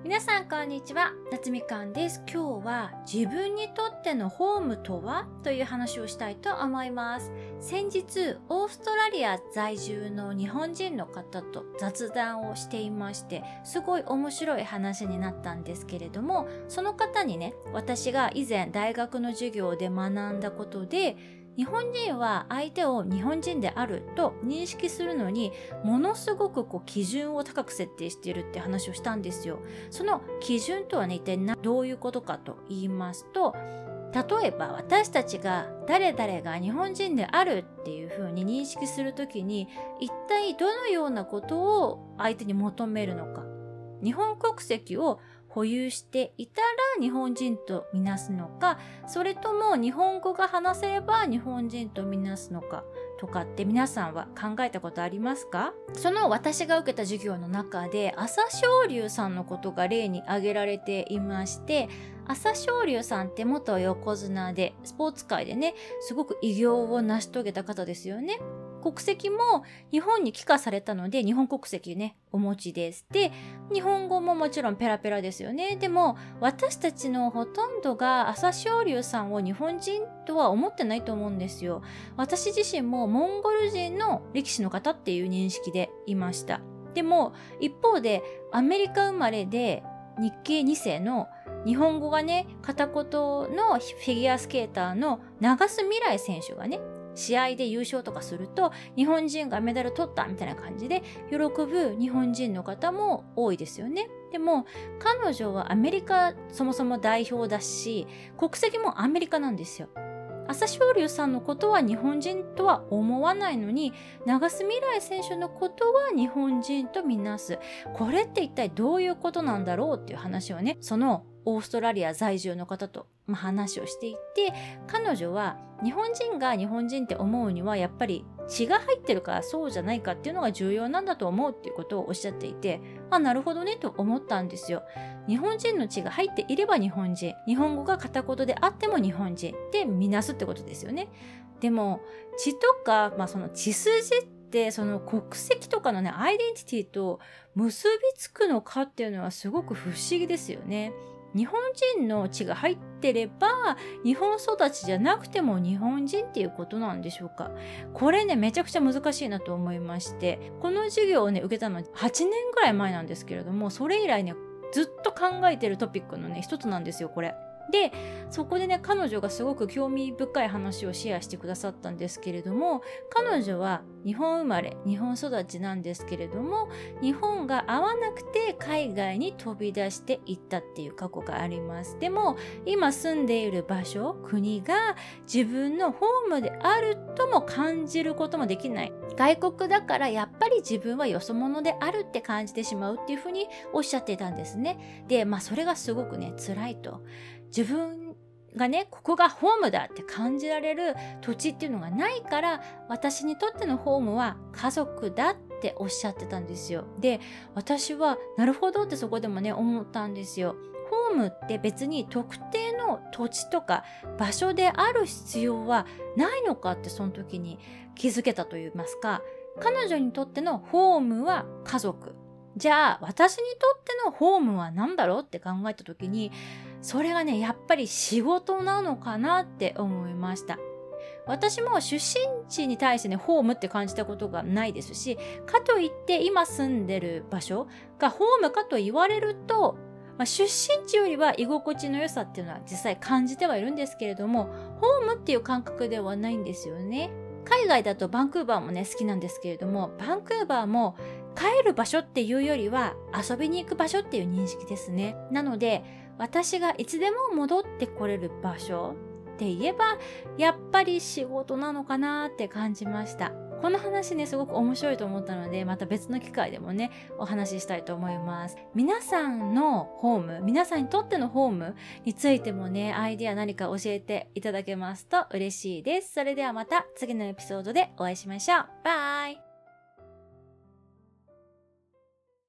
皆さんこんにちは、夏みかんです。今日は自分にとってのホームとはという話をしたいと思います。先日オーストラリア在住の日本人の方と雑談をしていまして、すごい面白い話になったんですけれども、その方にね、私が以前大学の授業で学んだことで、日本人は相手を日本人であると認識するのにものすごく基準を高く設定しているって話をしたんですよ。その基準とはね、一体どういうことかと言いますと、例えば私たちが誰々が日本人であるっていうふうに認識するときに、一体どのようなことを相手に求めるのか。日本国籍を保有していたら日本人とみなすのか、それとも日本語が話せれば日本人とみなすのかとかって皆さんは考えたことありますか？その私が受けた授業の中で朝青龍さんのことが例に挙げられていまして、朝青龍さんって元横綱でスポーツ界でね、すごく偉業を成し遂げた方ですよね。国籍も日本に帰化されたので日本国籍ねお持ちです。で、日本語ももちろんペラペラですよね。でも私たちのほとんどが朝青龍さんを日本人とは思ってないと思うんですよ。私自身もモンゴル人の力士の方っていう認識でいました。でも一方でアメリカ生まれで日系2世の日本語がね片言のフィギュアスケーターの長須未来選手がね試合で優勝とかすると日本人がメダル取ったみたいな感じで喜ぶ日本人の方も多いですよね。でも彼女はアメリカそもそも代表だし、国籍もアメリカなんですよ。朝青龍さんのことは日本人とは思わないのに、長須未来選手のことは日本人とみなす。これって一体どういうことなんだろうっていう話をね、そのオーストラリア在住の方と話をしていて、彼女は日本人が日本人って思うにはやっぱり血が入ってるかそうじゃないかっていうのが重要なんだと思うっていうことをおっしゃっていて、なるほどねと思ったんですよ。日本人の血が入っていれば日本人、日本語が片言であっても日本人でみなすってことですよね。でも血とか、その血筋ってその国籍とかのねアイデンティティと結びつくのかっていうのはすごく不思議ですよね。日本人の血が入ってれば日本育ちじゃなくても日本人っていうことなんでしょうか。これねめちゃくちゃ難しいなと思いまして、この授業をね受けたのは8年ぐらい前なんですけれども、それ以来ねずっと考えてるトピックのね一つなんですよこれ。で、そこでね彼女がすごく興味深い話をシェアしてくださったんですけれども、彼女は日本生まれ日本育ちなんですけれども、日本が合わなくて海外に飛び出していったっていう過去があります。でも今住んでいる場所、国が自分のホームであるとも感じることもできない。外国だからやっぱり自分はよそ者であるって感じてしまうっていうふうにおっしゃっていたんですね。で、それがすごくね辛いと。自分がねここがホームだって感じられる土地っていうのがないから、私にとってのホームは家族だっておっしゃってたんですよ。で、私はなるほどってそこでもね思ったんですよ。ホームって別に特定の土地とか場所である必要はないのかってその時に気づけたと言いますか、彼女にとってのホームは家族。じゃあ私にとってのホームは何だろうって考えた時に、それがねやっぱり仕事なのかなって思いました。私も出身地に対してねホームって感じたことがないですし、かといって今住んでる場所がホームかと言われると、出身地よりは居心地の良さっていうのは実際感じてはいるんですけれども、ホームっていう感覚ではないんですよね。海外だとバンクーバーもね好きなんですけれども、バンクーバーも帰る場所っていうよりは遊びに行く場所っていう認識ですね。なので私がいつでも戻ってこれる場所って言えばやっぱり仕事なのかなって感じました。この話ねすごく面白いと思ったので、また別の機会でもねお話ししたいと思います。皆さんのホーム、皆さんにとってのホームについてもねアイディア何か教えていただけますと嬉しいです。それではまた次のエピソードでお会いしましょう。バイ。